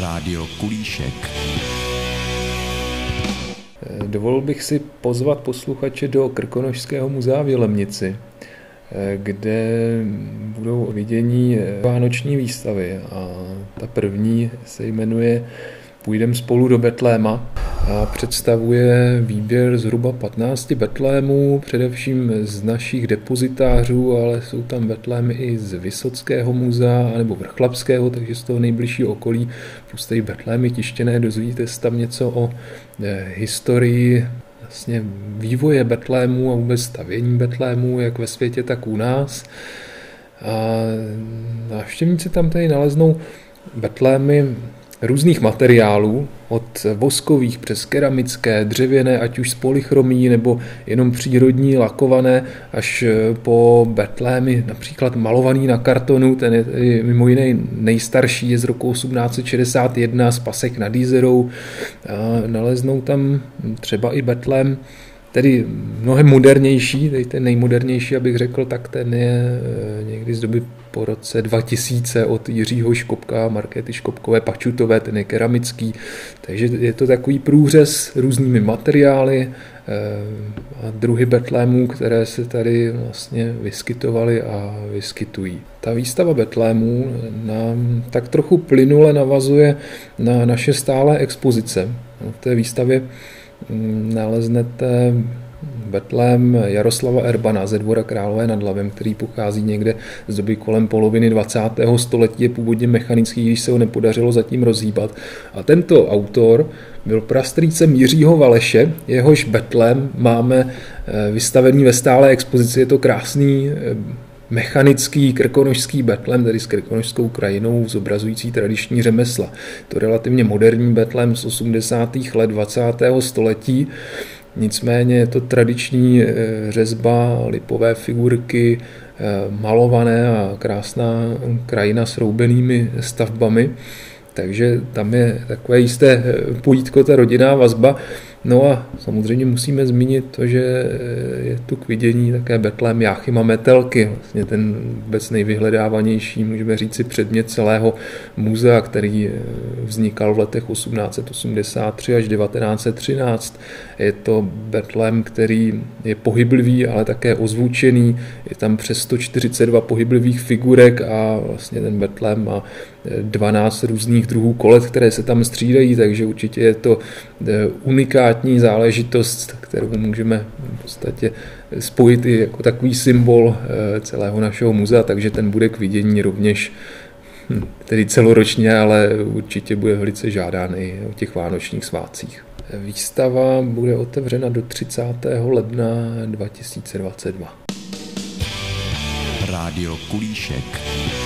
Rádio Kulíšek. Dovolil bych si pozvat posluchače do Krkonošského muzea v Jilemnici, kde budou vidění vánoční výstavy. A ta první se jmenuje Půjdem spolu do Betléma a představuje výběr zhruba 15 betlémů, především z našich depozitářů, ale jsou tam betlémy i z Vysockého muzea nebo Vrchlabského, takže z toho nejbližšího okolí, plus tady betlémy tištěné, dozvíte se tam něco o historii vlastně vývoje betlémů a vůbec stavění betlémů, jak ve světě, tak u nás. A návštěvníci tam tady naleznou betlémy různých materiálů, od voskových přes keramické, dřevěné, ať už z polychromí nebo jenom přírodní, lakované, až po betlémy například malovaný na kartonu, ten je mimo jiné nejstarší, je z roku 1861 z Pasek nad Jízerou. A naleznou tam třeba i betlém, tedy mnohem modernější, tedy ten nejmodernější, abych řekl, tak ten je někdy z doby po roce 2000 od Jiřího Škopka, Markéty Škopkové Pačutové, ten je keramický, takže je to takový průřez různými materiály a druhy betlémů, které se tady vlastně vyskytovaly a vyskytují. Ta výstava betlémů nám tak trochu plynule navazuje na naše stálé expozice. V té výstavě naleznete betlém Jaroslava Erbana ze dvora Králové nad Labem, který pochází někde z doby kolem poloviny 20. století, je původně mechanický, když se ho nepodařilo zatím rozhýbat. A tento autor byl prastrýcem Jiřího Valeše, jehož betlém máme vystavený ve stálé expozici. Je to krásný mechanický krkonošský betlém, tedy s krkonošskou krajinou zobrazující tradiční řemesla. To relativně moderní betlém z 80. let 20. století, nicméně je to tradiční řezba, lipové figurky, malované a krásná krajina s roubenými stavbami, takže tam je takové jisté pojítko, ta rodinná vazba. No a samozřejmě musíme zmínit to, že je tu k vidění také betlém Jáchyma Metelky, vlastně ten vůbec nejvyhledávanější, můžeme říci, předmět celého muzea, který vznikal v letech 1883 až 1913. Je to betlém, který je pohyblivý, ale také ozvučený. Je tam přes 142 pohyblivých figurek a vlastně ten betlém má 12 různých druhů kolet, které se tam střídají, takže určitě je to unikátní záležitost, kterou můžeme v podstatě spojit i jako takový symbol celého našeho muzea, takže ten bude k vidění rovněž tedy celoročně, ale určitě bude velice žádán i o těch vánočních svátcích. Výstava bude otevřena do 30. ledna 2022. Rádio Kulíšek.